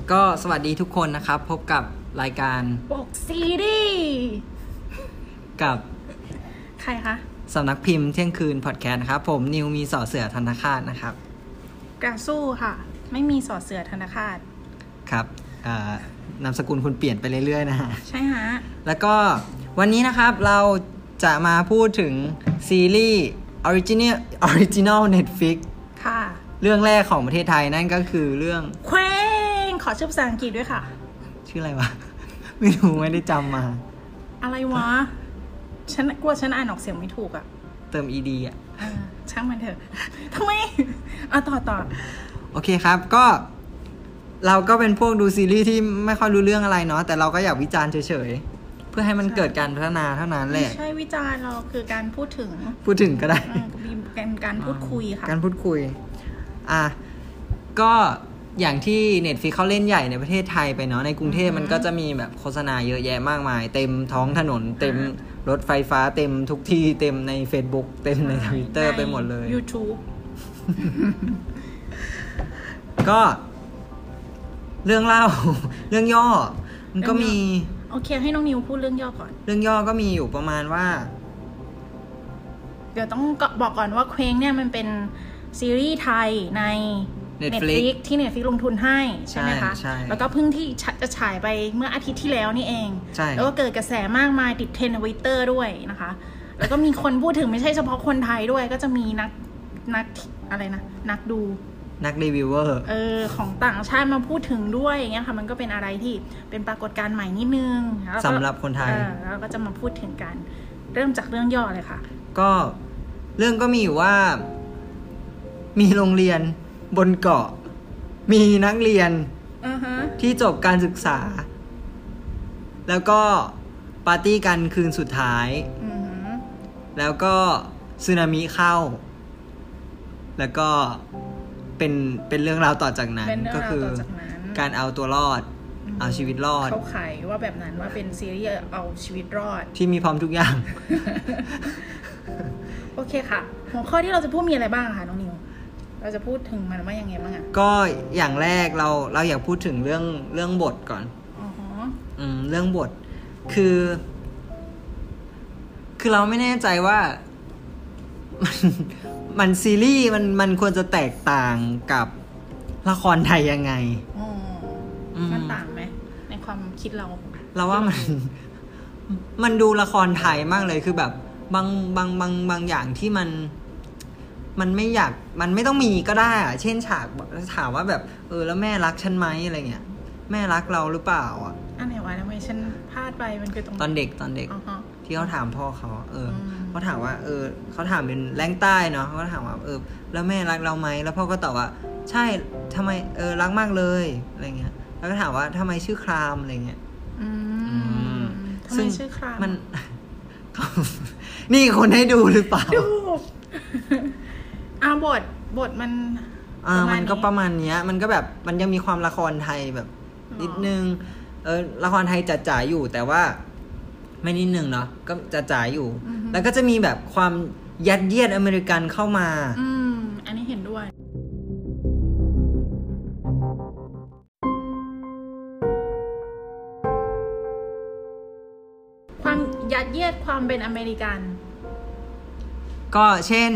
ก็สวัสดีทุกคนนะครับพบกับรายการปกซีรีส์กับใครคะสำนักพิมพ์เที่ยงคืนพอดแคสต์นะครับผมนิวมีสอเสือธนคาตนะครับกระสู้ค่ะไม่มีสอเสือธนคาตครับนามสกุลคุณเปลี่ยนไปเรื่อยๆนะฮะใช่ฮะแล้วก็วันนี้นะครับเราจะมาพูดถึงซีรีส์ออริจินอล Netflix ค่ะเรื่องแรกของประเทศไทยนั่นก็คือเรื่องเคว้งขอชื่อภาษาอังกฤษด้วยค่ะชื่ออะไรวะ ไม่รู้ไม่ได้จำมาอะไรวะฉันกลัวฉันอ่านออกเสียงไม่ถูกอ่ะเติม ed อ่ะช่างมันเถอะทำไมต่อโอเคครับก็เราก็เป็นพวกดูซีรีส์ที่ไม่ค่อยรู้เรื่องอะไรเนาะแต่เราก็อยากวิจารณ์เฉยๆเพื่อให้มันเกิดการพัฒนาเท่านั้นแหละไม่ใช่วิจารณ์เราคือการพูดถึงก็ได้การพูดคุยค่ะการพูดคุยก็อย่างที่ Netflix เขาเล่นใหญ่ในประเทศไทยไปเนาะในกรุงเทพมันก็จะมีแบบโฆษณาเยอะแยะมากมายเต็มท้องถนนเต็มรถไฟฟ้าเต็มทุกที่เต็มใน Facebook เต็มใน Twitter ไปหมดเลย YouTube ก็เรื่องเล่าเรื่องย่อมันก็มีโอเคให้น้องนิวพูดเรื่องย่อก่อนเรื่องย่อก็มีอยู่ประมาณว่าเดี๋ยวต้องบอกก่อนว่าเคว้งเนี่ยมันเป็นซีรีส์ไทยใน Netflix ที่ Netflix ลงทุนให้ใช่ไหมคะแล้วก็เพิ่งที่จะฉายไปเมื่ออาทิตย์ที่แล้วนี่เองแล้วก็เกิดกระแสมากมายติดเทรนด์ Twitter ด้วยนะคะแล้วก็มีคนพูดถึงไม่ใช่เฉพาะคนไทยด้วยก็จะมีนักอะไรนะนักดูนักรีวิวเวอร์ของต่างชาติมาพูดถึงด้วยอย่างเงี้ยค่ะมันก็เป็นอะไรที่เป็นปรากฏการณ์ใหม่นิดนึงสำหรับคนไทยแล้วก็จะมาพูดถึงกันเริ่มจากเรื่องย่อเลยค่ะก็เรื่องก็มีอยู่ว่ามีโรงเรียนบนเกาะมีนักเรียนที่จบการศึกษาแล้วก็ปาร์ตี้กันคืนสุดท้ายแล้วก็สึนามิเข้าแล้วก็เป็นเรื่องราวต่อจากนั้นก็คือการเอาตัวรอดเอาชีวิตรอดเขาขายว่าแบบนั้นว่าเป็นซีรีส์เอาชีวิตรอดที่มีพร้อมทุกอย่างโอเคค่ะหัวข้อที่เราจะพูดมีอะไรบ้างคะน้องนิวเราจะพูดถึงมันว่ายังไงบ้างอ่ะก็อย่างแรกเราอยากพูดถึงเรื่องบทก่อนเรื่องบทคือเราไม่แน่ใจว่ามันซีรีส์มันควรจะแตกต่างกับละครไทยยังไงมันต่างไหมในความคิดเราว่ามันดูละครไทยมากเลยคือแบบบางอย่างที่มันไม่อยากมันไม่ต้องมีก็ได้อะเช่นฉากถามว่าแบบแล้วแม่รักฉันไหมอะไรเงี้ยแม่รักเราหรือเปล่าอ่ะอันไหนวะทำไมฉันพลาดไปมันคือตอนเด็กที่เขาถามพ่อเขาเขาถามว่าเขาถามเป็นแรงใต้เนาะเขาถามว่าแล้วแม่รักเราไหมแล้วพ่อก็ตอบว่าใช่ทำไมรักมากเลยอะไรเงี้ยแล้วก็ถามว่าทำไมชื่อครามอะไรเงี้ยทำไมชื่อครามมัน นี่คนให้ดูหรือเปล่าดูบทมันก็ประมาณนี้มันก็แบบมันยังมีความละครไทยแบบนิดนึงละครไทยจ๋าๆอยู่แต่ว่าไม่นิดนึงเนาะก็จ๋าๆอยู่แล้วก็จะมีแบบความยัดเยียดอเมริกันเข้ามาอันนี้เห็นด้วยความยัดเยียดความเป็นอเมริกันก็เช่น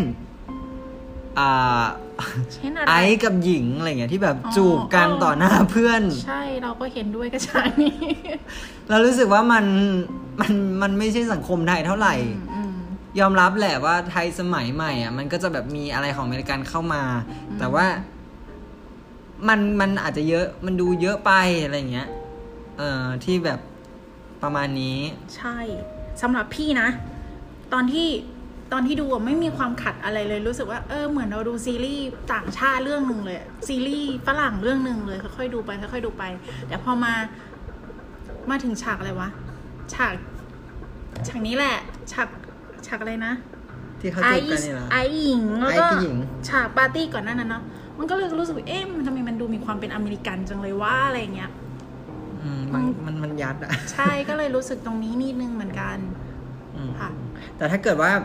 ไอ้กับหญิงอะไรเงี้ยที่แบบจูบกันต่อหน้าเพื่อนใช่เราก็เห็นด้วยกับฉากนี้เรารู้สึกว่ามันไม่ใช่สังคมไทยเท่าไหร่ยอมรับแหละว่าไทยสมัยใหม่มันก็จะแบบมีอะไรของอเมริกันเข้ามาแต่ว่ามันอาจจะเยอะมันดูเยอะไปอะไรเงี้ยที่แบบประมาณนี้ใช่สำหรับพี่นะตอนที่ดูไม่มีความขัดอะไรเลยรู้สึกว่าเหมือนเราดูซีรีส์ต่างชาติเรื่องนึงเลยซีรีส์ฝรั่งเรื่องนึงเลยค่อยๆดูไปแต่พอมาถึงฉากอะไรวะฉากนี้แหละฉากอะไรนะที่เขาจูบกันนี่เหรอไอ้หญิงแล้วก็ฉากปาร์ตี้ก่อนหน้านั้นเนาะมันก็เลยรู้สึกมันทำไมมันดูมีความเป็นอเมริกันจังเลยว่าอะไรเงี้ยมันยัดอะใช่ก็เลยรู้สึกตรงนี้นิดนึงเหมือนกันค่ะแต่ถ้าเกิดว่า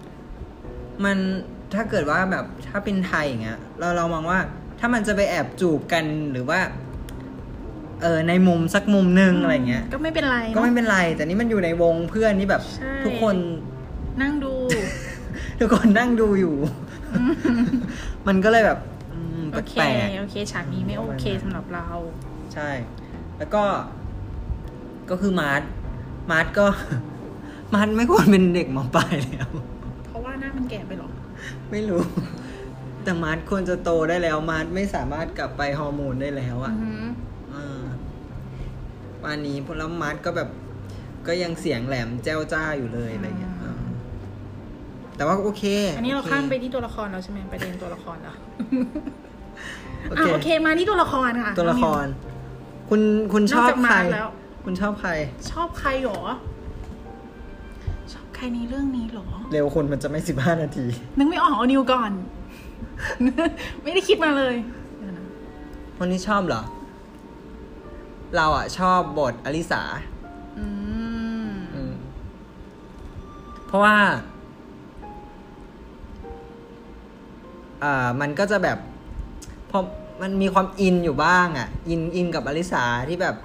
แบบถ้าเป็นไทยอย่างเงี้ยเรามองว่าถ้ามันจะไปแอบจูบกันหรือว่าในมุมสักมุมนึงอะไรเงี้ยก็ไม่เป็นไรก็ไม่เป็นไรแต่นี่มันอยู่ในวงเพื่อนนี่แบบทุกคนนั่งดูทุกคนนั่งดูอยู่มันก็เลยแบบโอเคฉากนี้ไม่โอเคสำหรับเราใช่แล้วก็คือมาร์ทก็มาร์ทไม่ควรเป็นเด็กม.ปลายแล้วเพราะว่าหน้ามันแก่ไปหรอไม่รู้แต่มาร์ทควรจะโตได้แล้วมาร์ทไม่สามารถกลับไปฮอร์โมนได้แล้วอ่ะวันนี้พวกแล้วมาร์ทก็แบบก็ยังเสียงแหลมแจ้วจ้าอยู่เลยอะไรเงี้ยแต่ว่าโอเคอันนี้เราข้ามไปที่ตัวละครแล้วใช่ไหมประเด็นตัวละครแล้วโอเคมาที่ตัวละครค่ะตัวละครคุณชอบใครคุณชอบใครชอบใครหรอชอบใครในเรื่องนี้หรอเร็วคนมันจะไม่15 นาทีนึกไม่ออกเอานิวก่อนไม่ได้คิดมาเลยคนนี้ชอบเหรอเราอ่ะชอบบทอลิสาเพราะว่ามันก็จะแบบพอมันมีความอินอยู่บ้างอ่ะอินกับอลิสาที่แบบ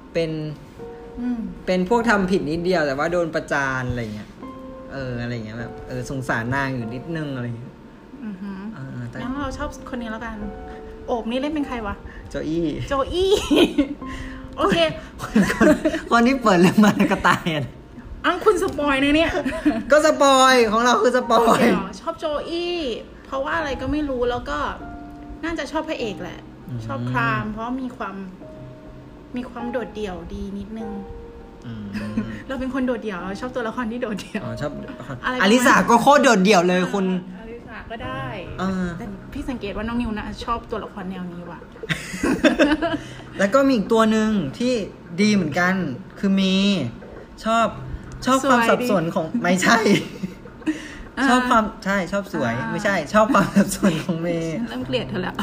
เป็นพวกทำผิดนิดเดียวแต่ว่าโดนประจานอะไรเงี้ยอะไรเงี้ยแบบสงสารนางอยู่นิดนึงอะไรเงี้ยงั้นเราชอบคนนี้แล้วกันโอบนี่เล่นเป็นใครวะโจอี้โอเคคนที่เปิดเรื่องมากระต่ายคุณสปอยนะเนี่ยก็สปอยของเราคือสปอยชอบโจอี้เพราะว่าอะไรก็ไม่รู้แล้วก็น่าจะชอบพระเอกแหละชอบครามเพราะมีความโดดเดี่ยวดีนิดนึงเราเป็นคนโดดเดี่ยวเราชอบตัวละครที่โดดเดี่ยวชอบอลิสาก็โคตรโดดเดี่ยวเลยคุณอลิสาก็ได้แต่พี่สังเกตว่าน้องนิวนะชอบตัวละครแนวนี้ว่ะแล้วก็มีอีกตัวหนึ่งที่ดีเหมือนกันคือมีชอบความสับสนของไม่ใช่ชอบความใช่ชอบสวยไม่ใช่ชอบความสับสนของเมย์เริ่มเกลียดเธอแล้ว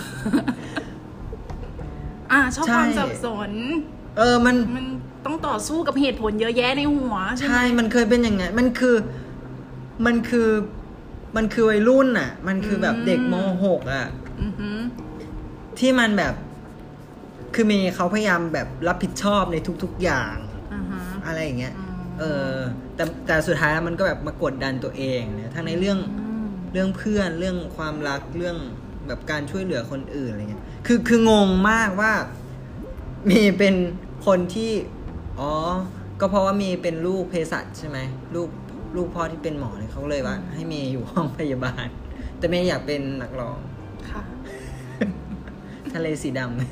ชอบความสับสนมันต้องต่อสู้กับเหตุผลเยอะแยะในหัวใช่มันเคยเป็นยังไงมันคือวัยรุ่นอ่ะมันคือแบบเด็กม.6 อ่ะที่มันแบบคือเมย์เขาพยายามแบบรับผิดชอบในทุกๆอย่างอะไรอย่างเงี้ยแต่สุดท้ายมันก็แบบมากดดันตัวเองเนี่ยทั้งในเรื่องเพื่อนเรื่องความรักเรื่องแบบการช่วยเหลือคนอื่นอะไรเงี้ยคืองงมากว่ามีเป็นคนที่ก็เพราะว่ามีเป็นลูกเภสัชใช่ไหมลูกพ่อที่เป็นหมอเลยเขาเลยว่าให้เมย์อยู่ห้องพยาบาลแต่เมย์อยากเป็นนักร้องค่ะทะเลสีดำ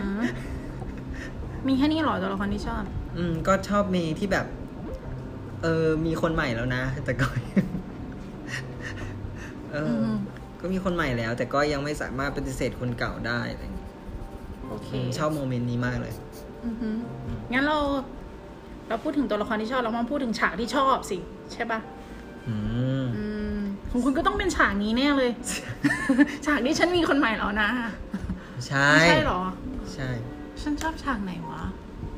มีแค่นี้หรอตัวละครที่ชอบก็ชอบเมย์ที่แบบมีคนใหม่แล้วนะแต่ก็ก็มีคนใหม่แล้วแต่ก็ยังไม่สามารถปฏิเสธคนเก่าได้อะไรอย่างเงี้ยโอเคชอบโมเมนต์นี้มากเลยงั้นเราพูดถึงตัวละครที่ชอบเรามาพูดถึงฉากที่ชอบสิใช่ปะของคุณก็ต้องเป็นฉากนี้แน่เลย ฉากนี้ฉันมีคนใหม่แล้วนะใช่ใช่หรอใช่ฉันชอบฉากไหนวะ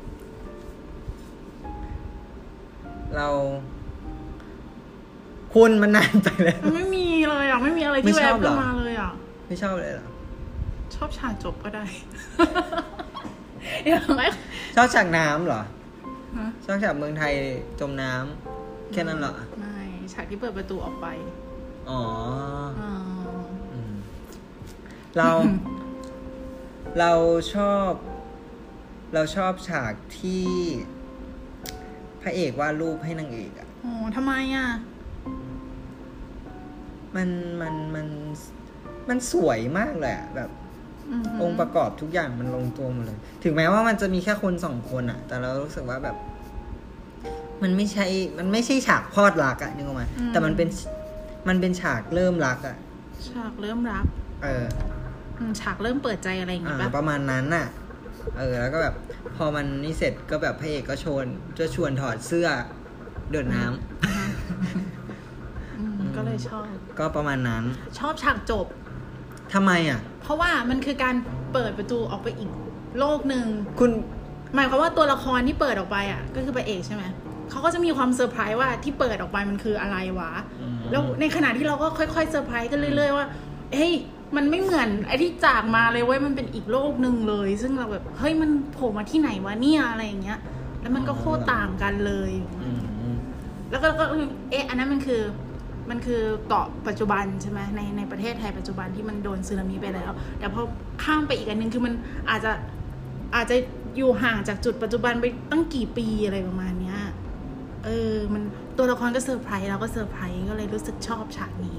คุณมันนานไปเลยไม่มีเลยไม่มีอะไรที่แวบขึ้นมาเลยไม่ชอบเลยเหรอชอบฉากจบก็ได้ชอบฉากน้ำเหรอชอบฉากเมืองไทยจมน้ำแค่นั้นเหรอไม่ฉากที่เปิดประตูออกไปเราชอบฉากที่พระเอกวาดรูปให้นางเอกทำไมมันสวยมากเลยแบบองค์ประกอบทุกอย่างมันลงตัวหมดเลยถึงแม้ว่ามันจะมีแค่คน2 คนแต่เรารู้สึกว่าแบบมันไม่ใช่ฉากพอดรักนึกออกไหมแต่มันเป็นฉากเริ่มรักฉากเริ่มรักฉากเริ่มเปิดใจอะไรอย่างเงี้ยประมาณนั้นแล้วก็แบบพอมันนี่เสร็จก็แบบพระเอกก็ชวนถอดเสื้อเดินน้ำก็เลยชอบก็ประมาณนั้นชอบฉากจบทำไมเพราะว่ามันคือการเปิดประตูออกไปอีกโลกนึงคุณหมายความว่าตัวละครที่เปิดออกไปก็คือพระเอกใช่ไหมเขาก็จะมีความเซอร์ไพรส์ว่าที่เปิดออกไปมันคืออะไรวะแล้วในขณะที่เราก็ค่อยๆเซอร์ไพรส์กันเรื่อยๆว่าเฮ้ยมันไม่เหมือนไอ้ที่จากมาเลยเว้ยมันเป็นอีกโลกนึงเลยซึ่งเราแบบเฮ้ยมันโผล่มาที่ไหนวะเนี่ยอะไรอย่างเงี้ยแล้วมันก็โคตรต่างกันเลยแล้วก็อันนั้นมันคือเกาะปัจจุบันใช่ไหมในประเทศไทยปัจจุบันที่มันโดนสึนามิไปแล้วแต่พอข้ามไปอีกอันนึงคือมันอาจจะอยู่ห่างจากจุดปัจจุบันไปตั้งกี่ปีอะไรประมาณเนี้ยมันตัวละครก็เซอร์ไพรส์เราก็เซอร์ไพรส์ก็เลยรู้สึกชอบฉากนี้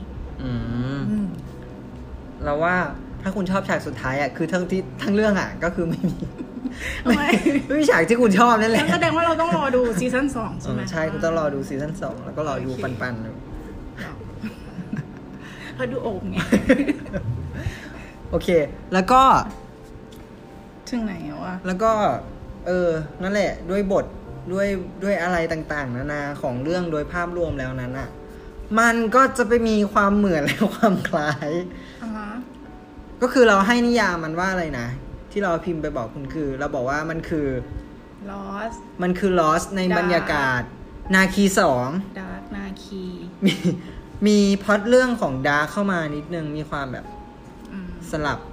เราว่าถ้าคุณชอบฉากสุดท้ายอ่ะคือทั้งเรื่องอ่ะก็คือไม่มีฉากที่คุณชอบนั่นแหละแสดงว่าเราต้องรอดูซีซั่น2ใช่ไหมใช่คุณต้องรอดูซีซั่น2แล้วก็รอดูปันๆเขาดูโอ่งไงโอเคแล้วก็ถึงไหนวะแล้วก็นั่นแหละด้วยบทด้วยอะไรต่างๆนานาของเรื่องโดยภาพรวมแล้วนั้นอ่ะมันก็จะไปมีความเหมือนและความคล้ายก็คือเราให้นิยามมันว่าอะไรนะที่เราพิมพ์ไปบอกคุณคือเราบอกว่ามันคือ Lost มันคือ Lost ในบรรยากาศนาคี2 Dark นาคีมีพล็อตเรื่องของ Dark เข้ามานิดนึงมีความแบบสลับ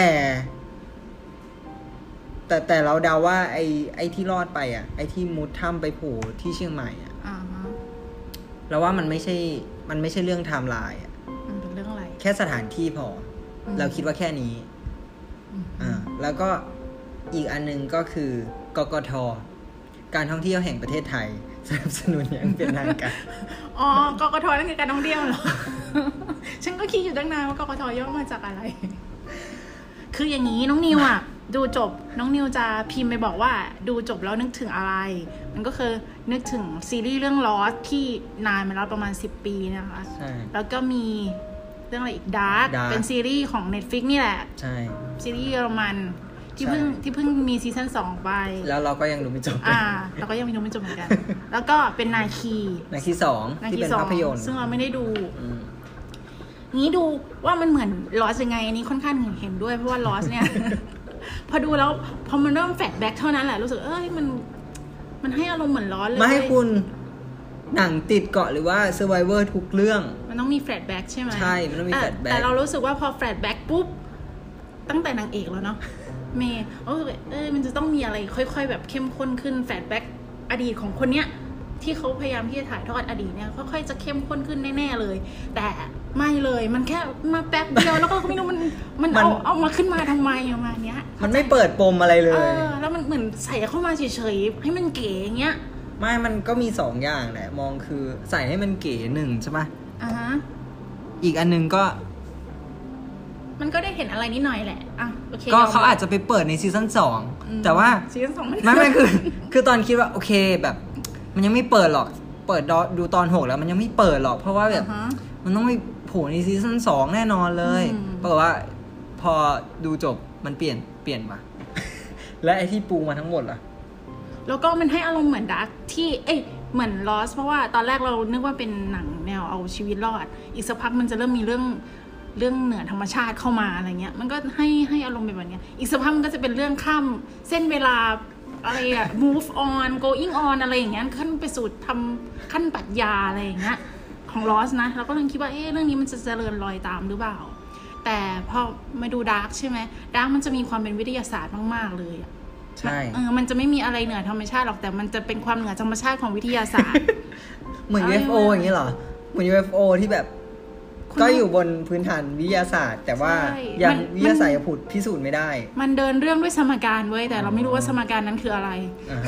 แต่เราเดาว่าไอ้ที่รอดไปอ่ะไอ้ที่มุดถ้ำไปโผล่ที่เชียงใหม่อ่ะเราว่ามันไม่ใช่เรื่องไทม์ไลน์อ่ะมันเป็นเรื่องอะไรแค่สถานที่พอเราคิดว่าแค่นี้แล้วก็อีกอันนึงก็คือกกท.การท่องเที่ยวแห่งประเทศไทยสนับสนุนอย่างเป็นทางการกกท.นั่นคือการท่องเที่ยวเหรอ ฉันก็คิดอยู่ตั้งนานว่ากกท.ย่อมาจากอะไร คืออย่างนี้น้องนิวอ่ะดูจบน้องนิวจะพิมพ์ไปบอกว่าดูจบแล้วนึกถึงอะไรมันก็คือนึกถึงซีรีส์เรื่อง Lost ที่นานมาแล้วประมาณ10 ปีนะคะแล้วก็มีเรื่องอะไรอีก Dark เป็นซีรีส์ของ Netflix นี่แหละใช่ซีรีส์เยอรมันที่เพิ่งมีซีซั่น2ไปแล้วเราก็ยังดูไม่จบเราก็ยังดูไม่จบเหมือนกันแล้วก็เป็นนาคี 2ที่เป็นภาพยนตร์ซึ่งเราไม่ได้ดูนี้ดูว่ามันเหมือน Lost ยังไงอันนี้ค่อนข้างเห็นด้วยเพราะว่า Lost เนี่ย พอดูแล้วพอมันเริ่มแฟลชแบ็กเท่านั้นแหละรู้สึกมันให้อารมณ์เหมือนLostเลยไม่ให้คุณหนังติดเกาะหรือว่า Survivor ทุกเรื่องมันต้องมีแฟลชแบ็กใช่ไหมใช่มันต้องมีแฟลชแบ็กแต่เรารู้สึกว่าพอแฟลชแบ็กปุ๊บตั้งแต่นางเอกแล้วเนาะเมย์มันจะต้องมีอะไรค่อยๆแบบเข้มข้นขึ้นแฟลชแบ็กอดีตของคนเนี้ยที่เขาพยายามที่จะถ่ายทอดอดีตเนี่ยค่อยๆจะเข้มข้นขึ้นแน่ๆเลยแต่ไม่เลยมันแค่มาแป๊บเดียวแล้วก็ไม่รู้มันเอามาขึ้นมาทำไมประมาณเนี้ยมันไม่เปิดปมอะไรเลยแล้วมันเหมือนใส่เข้ามาเฉยๆให้มันเก๋อย่างเงี้ยไม่มันก็มี2อย่างแหละมองคือใส่ให้มันเก๋1ใช่ป่ะอีกอันนึงก็มันก็ได้เห็นอะไรนิดหน่อยแหละโอเคก็เขาอาจจะไปเปิดในซีซั่น2แต่ว่าซีซั่น2 ไม่คือตอนคิดว่าโอเคแบบมันยังไม่เปิดหรอกเปิดดูตอน6แล้วมันยังไม่เปิดหรอกเพราะว่าแบบมันต้องไปโผล่ในซีซั่น2แน่นอนเลยปรากฏว่าพอดูจบมันเปลี่ยนมาและไอ้ที่ปูมาทั้งหมดล่ะแล้วก็มันให้อารมณ์เหมือนดาร์กที่เหมือน Lost เพราะว่าตอนแรกเรานึกว่าเป็นหนังแนวเอาชีวิตรอดอีกสักพักมันจะเริ่มมีเรื่องเหนือธรรมชาติเข้ามาอะไรเงี้ยมันก็ให้อารมณ์แบบนี้อีกสักพักมันก็จะเป็นเรื่องข้ามเส้นเวลาอะไรอะ move on going on อะไรอย่างเงี้ยขั้นไปสู่ทำขั้นปรัชญาอะไรอย่างเงี้ยของ Lost นะเราก็เลยคิดว่าเรื่องนี้มันจะเจริญรอยตามหรือเปล่าแต่พอมาดู Dark ใช่ไหม Dark มันจะมีความเป็นวิทยาศาสตร์มากๆเลยใช่มันจะไม่มีอะไรเหนือธรรมชาติหรอกแต่มันจะเป็นความเหนือธรรมชาติของวิทยาศาสตร์เหมือน UFO อย่างนี้เหรอเหมือน UFO ที่แบบก็อยู่บนพื้นฐานวิทยาศาสตร์แต่ว่ายังวิทยาศาสตร์ยังพิสูจน์ไม่ได้มันเดินเรื่องด้วยสมการเว้ยแต่เราไม่รู้ว่าสมการนั้นคืออะไร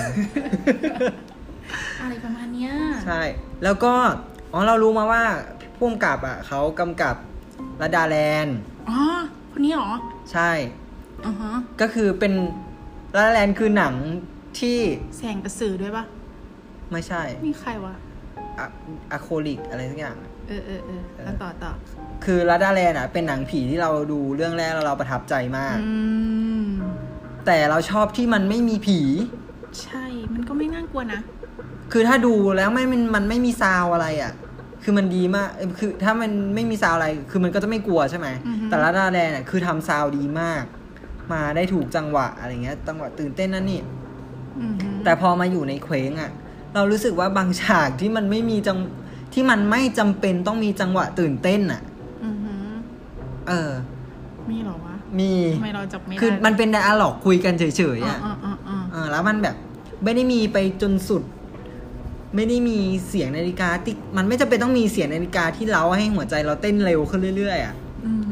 อะไรประมาณเนี้ยใช่แล้วก็เรารู้มาว่าผู้กำกับเขากำกับระดาแลนด์คนนี้เหรอใช่ก็คือเป็นระดาแลนด์คือหนังที่แสงกระสือด้วยปะไม่ใช่นี่ใครวะอะโคลิกอะไรสักอย่างแล้วต่อคือลาดาแลนด์เป็นหนังผีที่เราดูเรื่องแรกแล้วเราประทับใจมากแต่เราชอบที่มันไม่มีผีใช่มันก็ไม่น่ากลัวนะคือถ้าดูแล้วมันไม่มีซาวอะไรคือมันดีมากคือถ้ามันไม่มีซาวอะไรคือมันก็จะไม่กลัวใช่ไหมแต่ลาดาแลนด์คือทำซาวดีมากมาได้ถูกจังหวะอะไรเงี้ยจังหวะตื่นเต้นนั่นนี่แต่พอมาอยู่ในเคว้งเรารู้สึกว่าบางฉากที่มันไม่มีที่มันไม่จำเป็นต้องมีจังหวะตื่นเต้นมีหรอวะมีทำไมเราจับไม่ได้คือมันเป็นไดอะล็อกคุยกันเฉยๆอ่ะแล้วมันแบบไม่ได้มีไปจนสุดไม่ได้มีเสียงนาฬิกาที่มันไม่จำเป็นต้องมีเสียงนาฬิกาที่เล้าให้หัวใจเราเต้นเร็วขึ้นเรื่อยๆอ่ะ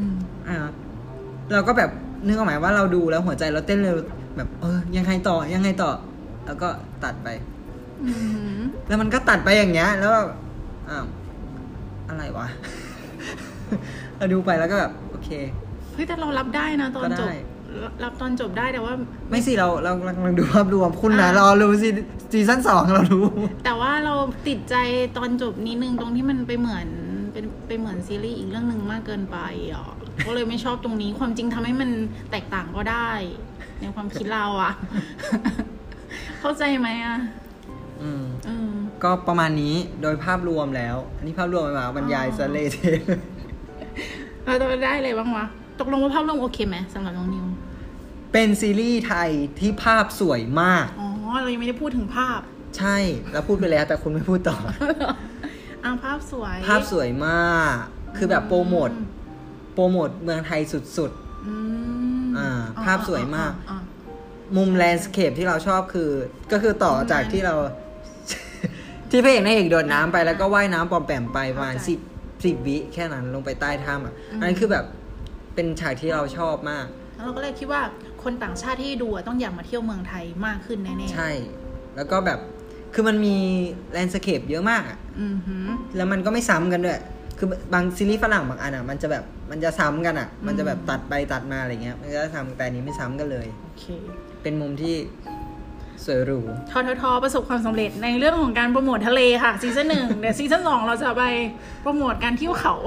เราก็แบบนึกออกไหมว่าเราดูแล้วหัวใจเราเต้นเร็วแบบยังไงต่อแล้วก็ตัดไปแล้วมันก็ตัดไปอย่างเงี้ยแล้วอะไรวะเราดูไปแล้วก็แบบโอเคเฮ้ยแต่เรารับได้นะตอนจบรับตอนจบได้แต่ว่าไม่สิเรากำลังดูภาพรวมคุณนะรอรู้ซีซั่น2เรารู้แต่ว่าเราติดใจตอนจบนิดนึงตรงที่มันไปเหมือนซีรีส์อีกเรื่องนึงมากเกินไปอ่ะก็เลยไม่ชอบตรงนี้ความจริงทำให้มันแตกต่างก็ได้ในความคิดเราอ่ะเข้าใจไหมอ่ะก็ประมาณนี้โดยภาพรวมแล้วอันนี้ภาพรวมมาบรรยายซะเละเทะเราได้เลยบ้างวะตกลงว่าภาพรวมโอเคไหมสำหรับน้องนิวเป็นซีรีส์ไทยที่ภาพสวยมากเรายังไม่ได้พูดถึงภาพใช่เราพูดไปแล้วแต่คุณไม่พูดต่อภาพสวยมากคือแบบโปรโมทเมืองไทยสุดๆภาพสวยมากมุมแลนด์สเคปที่เราชอบก็คือต่อจากที่เราที่พระเอกนายเอกโดดน้ำไปแล้วก็ว่ายน้ำปอมแปมไปประมาณ10 วิแค่นั้นลงไปใต้ถ้ำอันนั้นคือแบบเป็นฉากที่เราชอบมากเราก็เลยคิดว่าคนต่างชาติที่ดูต้องอยากมาเที่ยวเมืองไทยมากขึ้นแน่ๆใช่แล้วก็แบบคือมันมีแลนด์สเคปเยอะมากแล้วมันก็ไม่ซ้ำกันด้วยคือบางซีรีส์ฝรั่งบางอันมันจะแบบมันจะซ้ำกันมันจะแบบตัดไปตัดมาอะไรเงี้ยมันจะซ้ำแต่นี้ไม่ซ้ำกันเลยโอเคเป็นมุมที่สวยหรูทประสบความสำเร็จในเรื่องของการโปรโมททะเลค่ะซีซั่น1เดี๋ยวซีซั่น2เราจะไปโปรโมทการเที่ยวเขา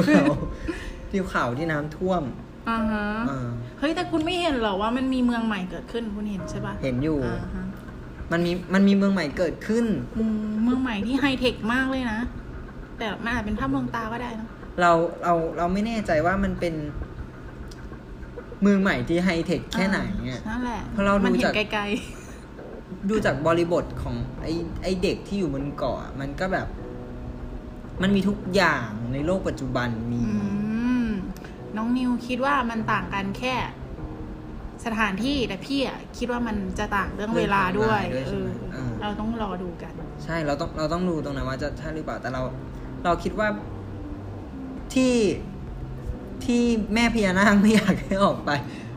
ที่น้ำท่วมเฮ้ยแต่คุณไม่เห็นเหรอว่ามันมีเมืองใหม่เกิดขึ้นคุณเห็นใช่ปะเห็นอยู่มันมีเมืองใหม่เกิดขึ้นเมืองใหม่ที่ไฮเทคมากเลยนะแต่มันอาจเป็นภาพลวงตาก็ได้นะเราไม่แน่ใจว่ามันเป็นเมืองใหม่ที่ไฮเทคแค่ไหนเนี่ยนั่นแหละเพราะเราดูจากไกลๆดูจากบริบทของไอเด็กที่อยู่บนเกาะมันก็แบบมันมีทุกอย่างในโลกปัจจุบันมีน้องนิวคิดว่ามันต่างกันแค่สถานที่แต่พี่คิดว่ามันจะต่างเรื่องเวลาด้วยเราต้องรอดูกันใช่เราต้องดูตรงนั้นว่าจะใช่หรือเปล่าแต่เราคิดว่าที่แม่พญานาคไม่อยากให้ออกไป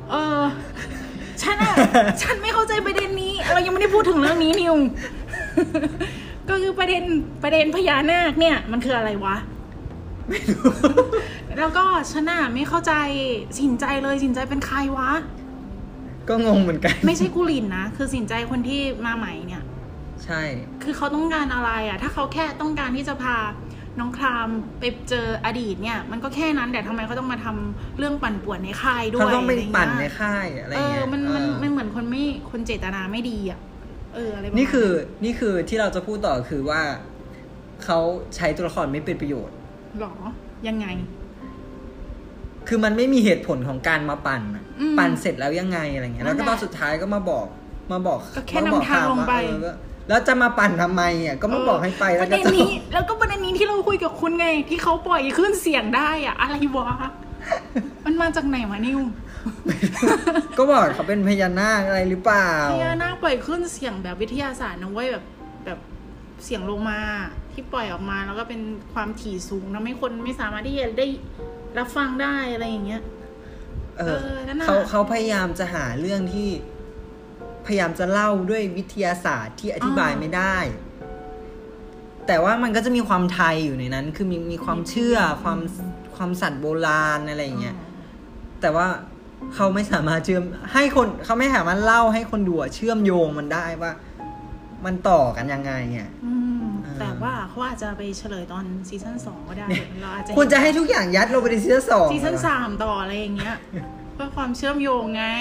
ฉันไม่เข้าใจประเด็นนี้เรายังไม่ได้พูดถึงเรื่องนี้นิวก็คือประเด็นพญานาคเนี่ยมันคืออะไรวะไม่รู้แล้วก็ฉันไม่เข้าใจสินใจเป็นใครวะก็งงเหมือนกันไม่ใช่กุลินนะคือสินใจคนที่มาใหม่เนี่ยใช่คือเขาต้องการอะไรถ้าเขาแค่ต้องการที่จะพาน้องครามไปเจออดีตเนี่ยมันก็แค่นั้นแต่ทำไมเขาต้องมาทำเรื่องปั่นป่วนในค่ายด้วยเขาต้องไปปั่นในค่ายอะไรอย่างเงี้ยมันเหมือนคนเจตนาไม่ดีอะไรนี่คือที่เราจะพูดต่อคือว่าเขาใช้ตัวละครไม่เป็นประโยชน์หรอยังไงคือมันไม่มีเหตุผลของการมาปั่นเสร็จแล้วยังไงอะไรเงี้ยแล้วก็ตอนสุดท้ายก็มาบอกแค่นำทางลงไปแล้วจะมาปั่นทำไมก็มาบอกให้ไปแล้วก็จะแล้วก็ประเด็นนี้ที่เราคุยกับคุณไงที่เขาปล่อยขึ้นเสียงได้อะไรวะมันมาจากไหนวะนิวก็บอกเขาเป็นพญานาคอะไรหรือเปล่าพญานาคปล่อยขึ้นเสียงแบบวิทยาศาสตร์นะเว้ยแบบเสียงลงมาที่ปล่อยออกมาแล้วก็เป็นความถี่สูงทำให้คนไม่สามารถที่จะได้รับฟังได้อะไรอย่างเงี้ยเขาพยายามจะหาเรื่องที่พยายามจะเล่าด้วยวิทยาศาสตร์ที่อธิบายไม่ได้แต่ว่ามันก็จะมีความไทยอยู่ในนั้นคือมีความเชื่อความสัตว์โบราณอะไรอย่างเงี้ยแต่ว่าเขาไม่สามารถเขาไม่สามารถเล่าให้คนดูเชื่อมโยงมันได้ว่ามันต่อกันยังไงแต่ว่าเขาอาจจะไปเฉลยตอนซีซั่น2ก็ได้เราอาจจะคุณจะให้ทุกอย่างยัดลงไปในซีซั่น2 ซีซั่น3ต่ออะไรอย่างเงี้ยเพื่อความเชื่อมโยงไง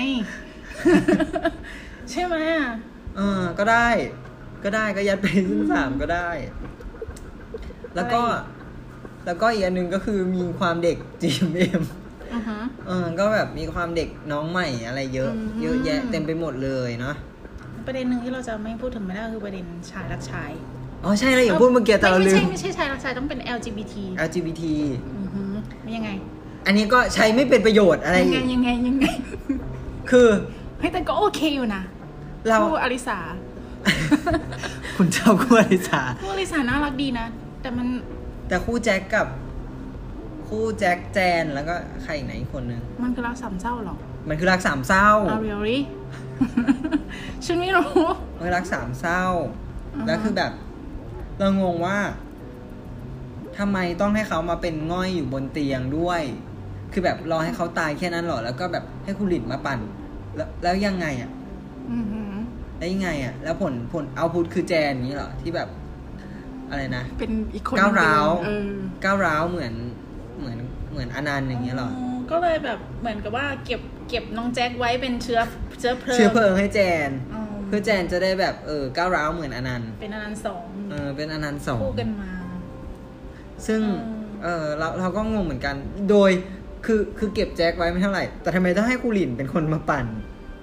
ใช่ไหมก็ได้ก็ยัดไปซีซั่น3ก็ได้แล้วก็อีกอันนึงก็คือมีความเด็ก GMM ก็แบบมีความเด็กน้องใหม่อะไรเยอะแยะเต็มไปหมดเลยเนาะประเด็นนึงที่เราจะไม่พูดถึงไม่ได้คือประเด็นชายรักชายใช่เลยอย่างพูดเมื่อกี้แต่เราลืมไม่ใช่ชายรักชายต้องเป็น LGBT มันยังไงอันนี้ก็ใช้ไม่เป็นประโยชน์อะไรยังไงคือเฮ้ยแต่ก็โอเคอยู่นะคู่อลิสาคุณเจ้าคู่อลิสาน่ารักดีนะแต่คู่แจ็คกับคู่แจ็คแจนแล้วก็ใครไหนอีกคนนึงมันคือรักสามเศร้าหรอมันคือรักสามเศร้า really ฉันไม่รู้มันคือรักสามเศร้าแล้วคือแบบเรางงว่าทำไมต้องให้เขามาเป็นง่อยอยู่บนเตียงด้วยคือแบบรอให้เขาตายแค่นั้นหรอแล้วก็แบบให้คุณหลินมาปั่นแล้วยังไงอ่ะแล้วยังไงอ่ะแล้วผลเอาพุทคือแจนนี้เหรอที่แบบอะไรนะเป็นอีกคนก้าวร้าวเหมือนอนันต์อย่างเงี้ยหรอก็เลยแบบเหมือนกับว่าเก็บน้องแจ็คไว้เป็นเชื้อเพลิงให้แจนเพื่อแจนจะได้แบบก้าวร้าวเหมือนอนันต์เป็นอนันต์2 เป็นอนันต์2 คู่กันมาซึ่งเราก็งงเหมือนกันโดยคือเก็บแจ็คไว้ไม่เท่าไหร่แต่ทำไมต้องให้กูหลินเป็นคนมาปั่น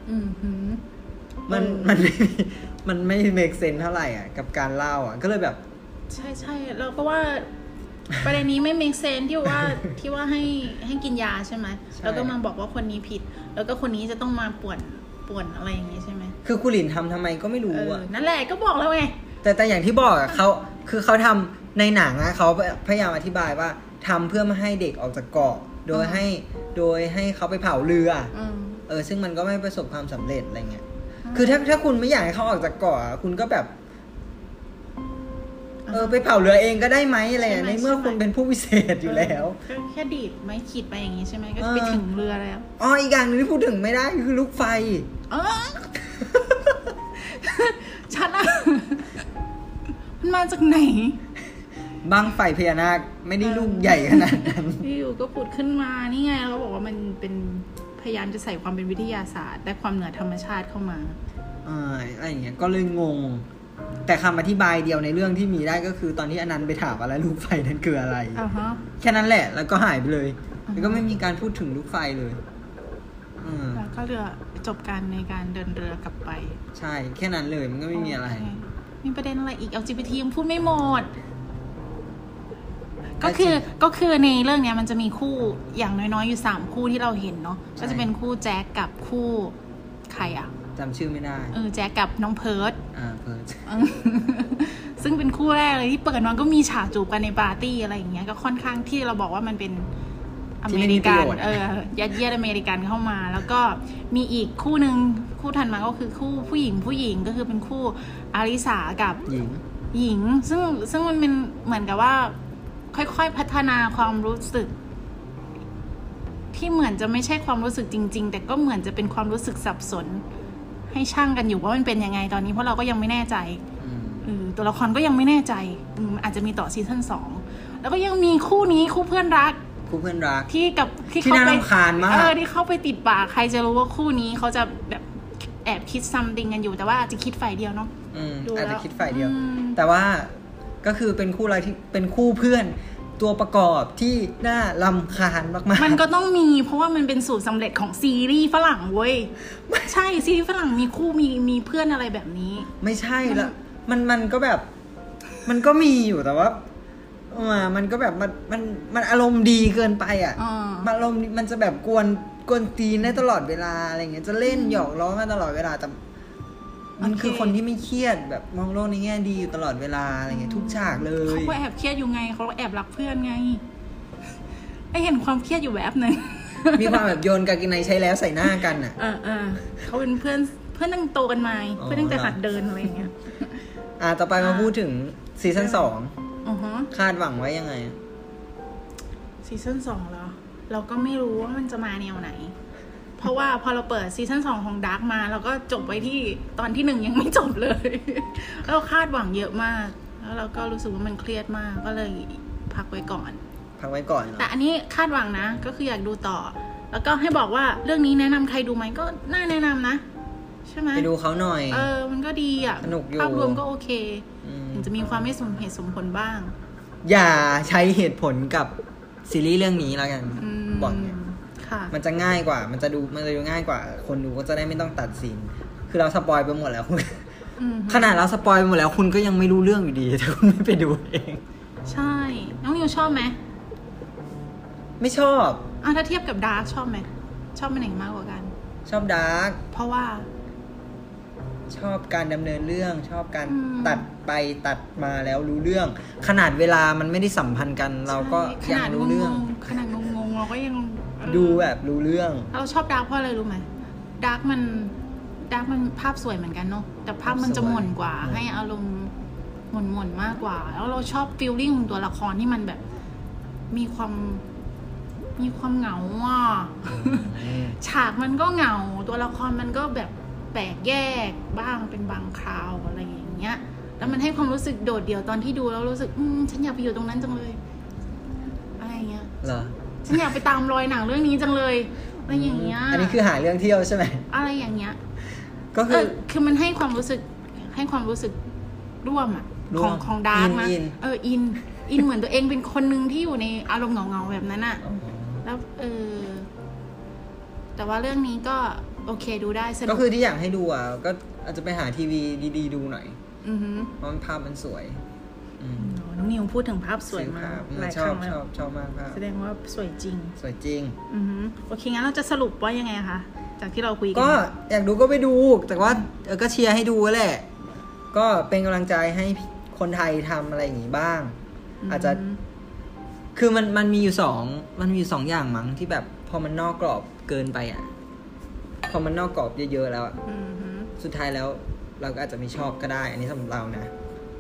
มันไม่เมคเซนส์เท่าไหร่อ่ะกับการเล่าอ่ะก็เลยแบบใช่เราก็ว่าประเด็นนี้ไม่เมคเซนส์ที่ว่าให้กินยาใช่ไหมแล้วก็มาบอกว่าคนนี้ผิดแล้วก็คนนี้จะต้องมาป่วนอะไรอย่างงี้ใช่ไหมคือกูหลินทำไมก็ไม่รู้อ่ะนั่นแหละก็บอกแล้วไงแต่อย่างที่บอกอ่ะเขาทำในหนังอ่ะเขาพยายามอธิบายว่าทำเพื่อไม่ให้เด็กออกจากเกาะโดยให้เขาไปเผาเรือซึ่งมันก็ไม่ประสบความสำเร็จอะไรเงี้ยคือถ้าคุณไม่อยากให้เขาออกจากเกาะคุณก็แบบไปเผาเรือเองก็ได้ไหมอะไรในเมื่อคุณเป็นผู้พิเศษอยู่แล้วแค่ดีดไม้ขีดไปอย่างนี้ใช่ไหมก็ไปถึงเรือแล้วอีกอย่างนึงที่พูดถึงไม่ได้คือลูกไฟชัดอ่ะมันมาจากไหนบั้งไฟพญานาคไม่ได้ลูกใหญ่ขนาดนั้นอยู่ก็ปุดขึ้นมานี่ไงเขาบอกว่ามันเป็นพยายามจะใส่ความเป็นวิทยาศาสตร์และความเหนือธรรมชาติเข้ามาอะไรอย่างเงี้ยก็เลยงงแต่คำอธิบายเดียวในเรื่องที่มีได้ก็คือตอนที่อนันต์ไปถามว่าลูกไฟนั้นคืออะไรแค่นั้นแหละแล้วก็หายไปเลยแล้วก็ไม่มีการพูดถึงลูกไฟเลยแล้วก็เรือจบการในการเดินเรือกลับไปใช่แค่นั้นเลยมันก็ไม่มีอะไรมีประเด็นอะไรอีก LGBT ยังพูดไม่หมดก็คือในเรื่องนี้มันจะมีคู่อย่างน้อยๆอยู่3คู่ที่เราเห็นเนาะก็จะเป็นคู่แจ็คกับคู่ใครอ่ะจำชื่อไม่ได้แจ็คกับน้องเพิร์ทเพิร์ทซึ่งเป็นคู่แรกเลยที่เปิดมาก็มีฉากจูบกันในปาร์ตี้อะไรอย่างเงี้ยก็ค่อนข้างที่เราบอกว่ามันเป็นอเมริกันยัดเยียดอเมริกันเข้ามาแล้วก็มีอีกคู่นึงคู่ถัดมาก็คือคู่ผู้หญิงก็คือเป็นคู่อาริสากับหญิงซึ่งมันเป็นเหมือนกับว่าค่อยๆพัฒนาความรู้สึกที่เหมือนจะไม่ใช่ความรู้สึกจริงๆแต่ก็เหมือนจะเป็นความรู้สึกสับสนให้ช่างกันอยู่ว่ามันเป็นยังไงตอนนี้เพราะเราก็ยังไม่แน่ใจตัวละครก็ยังไม่แน่ใจอาจจะมีต่อซีซั่น2แล้วก็ยังมีคู่นี้คู่เพื่อนรักที่น่ารำคาญมากที่เข้าไปติดปากใครจะรู้ว่าคู่นี้เขาจะแบบแอบคิดซัมติงกันอยู่แต่ว่าอาจจะคิดฝ่ายเดียวเนาะอาจจะคิดฝ่ายเดียวแต่ว่าก็คือเป็นคู่อะไรที่เป็นคู่เพื่อนตัวประกอบที่น่ารำคาญมากๆมันก็ต้องมีเพราะว่ามันเป็นสูตรสำเร็จของซีรีส์ฝรั่งเว้ยใช่ซีรีส์ฝรั่งมีคู่มีเพื่อนอะไรแบบนี้ไม่ใช่แล้วมันก็แบบมันก็มีอยู่แต่ว่ามันก็แบบมันอารมณ์ดีเกินไปอ่ะมันอารมณ์มันจะแบบกวนตีนได้ตลอดเวลาอะไรเงี้ยจะเล่นหยอกล้อกันตลอดเวลาแต่มันคือคนที่ไม่เครียดแบบมองโลกในแง่ดีอยู่ตลอดเวลาอะไรเงี้ยทุกฉากเลยเขาก็แอบเครียดอยู่ไงเขาแอบรักเพื่อนไงไอเห็นความเครียดอยู่แบบนึงมีความแบบโยนกางเกงในใช้แล้วใส่หน้ากันอ่ะเขาเป็นเพื่อนตั้งโตกันมาเพื่อนตั้งแต่หัดเดินอะไรเงี้ยต่อไปมาพูดถึงซีซั่น2คาดหวังไว้ยังไงซีซั่น2เหรอเราก็ไม่รู้ว่ามันจะมาแนวไหนเพราะว่าพอเราเปิดซีซั่น2ของดาร์กมาเราก็จบไว้ที่ตอนที่1ยังไม่จบเลยเราคาดหวังเยอะมากแล้วเราก็รู้สึกว่ามันเครียดมากก็เลยพักไว้ก่อนแต่อันนี้คาดหวังนะก็คืออยากดูต่อแล้วก็ให้บอกว่าเรื่องนี้แนะนำใครดูไหมก็น่าแนะนำนะใช่ไหมไปดูเขาหน่อยมันก็ดีอ่ะสนุกอยู่ภาพรวมก็โอเคถึงจะมีความไม่สมเหตุสมผลบ้างอย่าใช้เหตุผลกับซีรีส์เรื่องนี้แล้วกันบอกมันจะง่ายกว่ามันจะดูง่ายกว่าคนดูก็จะได้ไม่ต้องตัดสินคือเราสปอยไปหมดแล้วขนาดเราสปอยไปหมดแล้วคุณก็ยังไม่รู้เรื่องอยู่ดีถ้าคุณไม่ไปดูเองใช่น้องนิวชอบไหมไม่ชอบถ้าเทียบกับดาร์กชอบไหมชอบเป็นไหนมากกว่ากันชอบดาร์กเพราะว่าชอบการดำเนินเรื่องชอบการตัดไปตัดมาแล้วรู้เรื่องขนาดเวลามันไม่ได้สัมพันธ์กันเราก็ยังรู้เรื่องขนาดงงเราก็ยังดูแบบรู้เรื่องเราชอบดาร์กเพราะอะไรรู้ไหมดาร์กมันภาพสวยเหมือนกันเนาะแต่ภาพมันจะหม่นกว่าให้อารมณ์หม่นมากกว่าแล้วเราชอบฟีลลิ่งของตัวละครที่มันแบบมีความเหงาอ่ะ ฉากมันก็เหงาตัวละครมันก็แบบแปลกแยกบ้างเป็นบางคราวอะไรอย่างเงี้ยแล้วมันให้ความรู้สึกโดดเดี่ยวตอนที่ดูแล้วรู้สึกฉันอยากไปอยู่ตรงนั้นจังเลยอะไรเงี้ยเหรอฉันอยากไปตามรอยหนังเรื่องนี้จังเลยอะไรอย่างเงี้ยอันนี้คือหาเรื่องเที่ยวใช่ไหมอะไรอย่างเงี้ยก็คือมันให้ความรู้สึกร่วมอ่ะของดาร์กนะอินเหมือนตัวเองเป็นคนนึงที่อยู่ในอารมณ์เหงาๆแบบนั้นอ่ะแล้วแต่ว่าเรื่องนี้ก็โอเคดูได้สนุกก็คือที่อยากให้ดูอ่ะก็อาจจะไปหาทีวีดีๆดูหน่อยเพราะภาพมันสวยน้องนิวพูดถึงภาพสวยมากหลายครั้งแล้วชอบมากภาพแสดงว่าสวยจริงโอเคงั้นเราจะสรุปว่ายังไงคะจากที่เราคุยกันก็อยากดูก็ไปดูแต่ว่าก็เชียร์ให้ดูแหละก็เป็นกำลังใจให้คนไทยทำอะไรอย่างนี้บ้างอาจจะคือมันมีอยู่สองอย่างมั้งที่แบบพอมันนอกกรอบเกินไปอ่ะพอมันนอกกรอบเยอะๆแล้วสุดท้ายแล้วเราก็อาจจะไม่ชอบก็ได้อันนี้สำหรับเรานะ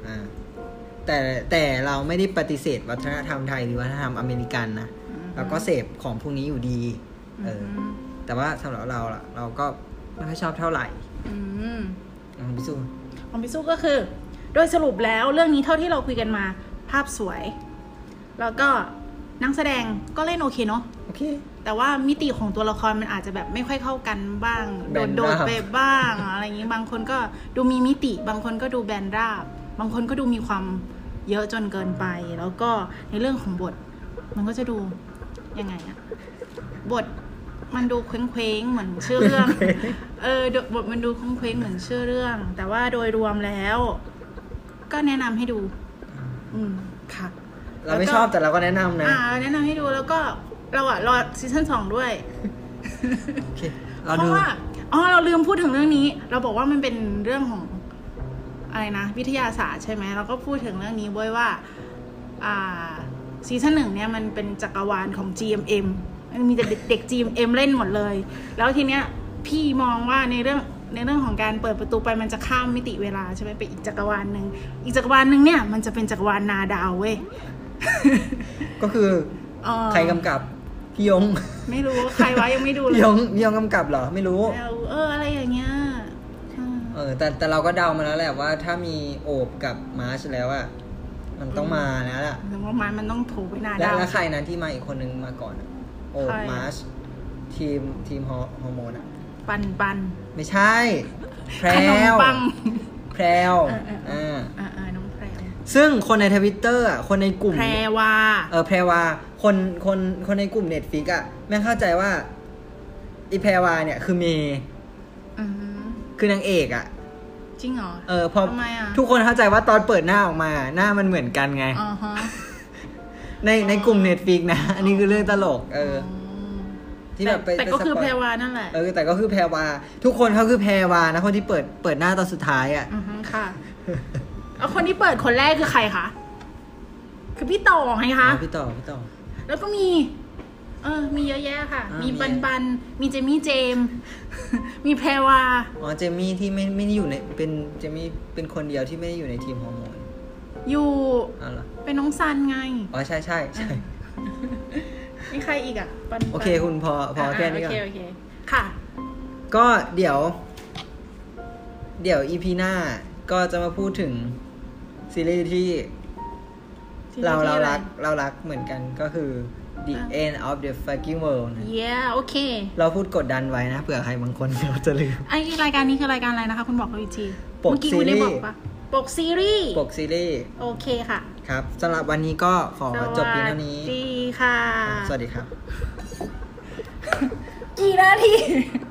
แต่เราไม่ได้ปฏิเสธวัฒนธรรมไทยหรือวัฒนธรรมอเมริกันนะเราก็เสพของพวกนี้อยู่ดีแต่ว่าสำหรับเราก็ไม่ค่อยชอบเท่าไหร่ของพิสูก็คือโดยสรุปแล้วเรื่องนี้เท่าที่เราคุยกันมาภาพสวยแล้วก็นักแสดงก็เล่นโอเคเนาะโอเคแต่ว่ามิติของตัวละครมันอาจจะแบบไม่ค่อยเข้ากันบ้างโดดไปบ้างอะไรอย่างนี้บางคนก็ดูมีมิติบางคนก็ดูแบนราบบางคนก็ดูมีความเยอะจนเกินไปแล้วก็ในเรื่องของบทมันก็จะดูยังไงอะบทมันดูเคว้งๆเหมือนชื่อเรื่องบทมันดูเคว้งๆเหมือนชื่อเรื่องแต่ว่าโดยรวมแล้วก็แนะนำให้ดูค่ะเราไม่ชอบแต่เราก็แนะนำนะแนะนำให้ดูแล้วก็เรารอซีซั่น2ด้วยโอเคเพราะว่าเราลืมพูดถึงเรื่องนี้เราบอกว่ามันเป็นเรื่องของอะไรนะวิทยาศาสตร์ใช่ไหมเราก็พูดถึงเรื่องนี้ด้วยว่าซีซั่น1เนี่ยมันเป็นจักรวาลของ GMM มันมีแต่เด็ก GMM เล่นหมดเลยแล้วทีเนี้ยพี่มองว่าในเรื่องของการเปิดประตูไปมันจะข้ามมิติเวลาใช่ไหมไปอีกจักรวาลนึงเนี่ยมันจะเป็นจักรวาลนาดาวเว้ยก็คือใครกำกับพี่ยงไม่รู้ใครวะยังไม่ดูเลยพี่ยงกำกับเหรอไม่รู้อะไรอย่างเงี้ยแต่เราก็เดามาแล้วแหละว่าถ้ามีโอบกับมาร์ชแล้วอะมันต้องมาแล้วล่ะเพราะมันต้องโผล่ไปนาดาวแล้วใครนั้นที่มาอีกคนนึงมาก่อนโอบมาร์ชทีมฮอร์โมนอะปันไม่ใช่แพรวน้องแพรวซึ่งคนใน Twitter อ่ะคนในกลุ่มแพรวาคนในกลุ่ม Netflix อ่ะแม่งเข้าใจว่าอีแพรวาเนี่ยคือเมย์คือนางเอกอ่ะจริงเหรอพอทุกคนเข้าใจว่าตอนเปิดหน้าออกมาหน้ามันเหมือนกันไงในกลุ่ม Netflix นะอันนี้คือเรื่องตลกที่แบบแต่ก็คือแพรวานั่นแหละแต่ก็คือแพรวาทุกคนเขาคือแพรวานะคนที่เปิดหน้าตอนสุดท้ายอ่ะค่ะแล้วคนที่เปิดคนแรกคือใครคะคือพี่ต่อไงคะพี่ต่อแล้วก็มีมีเยอะแยะค่ะมีปันมีเจมี่เจมมีแพรวาเจมี่ที่ไม่ได้อยู่ในเป็นเจมี่เป็นคนเดียวที่ไม่ได้อยู่ในทีมฮอร์โมนอยู่เป็นน้องซันไงใช่มีใครอีกอ่ะโอเคคุณพอแค่นี้ก่อนโอเคค่ะก็เดี๋ยว EP หน้าก็จะมาพูดถึงซีรีส์ที่เรารักเหมือนกันก็คือ The End of the Fucking World นะโอเคเราพูดกดดันไว้นะเผื่อใครบางคนเขาจะลืมไอ้รายการนี้คือรายการอะไรนะคะคุณบอกเราอีกทีเมื่อกี้คุณได้บอกปะปกซีรีส์โอเคค่ะครับสำหรับวันนี้ก็ขอจบเพียงเท่านี้สวัสดีค่ะสวัสดีครับกี่นาที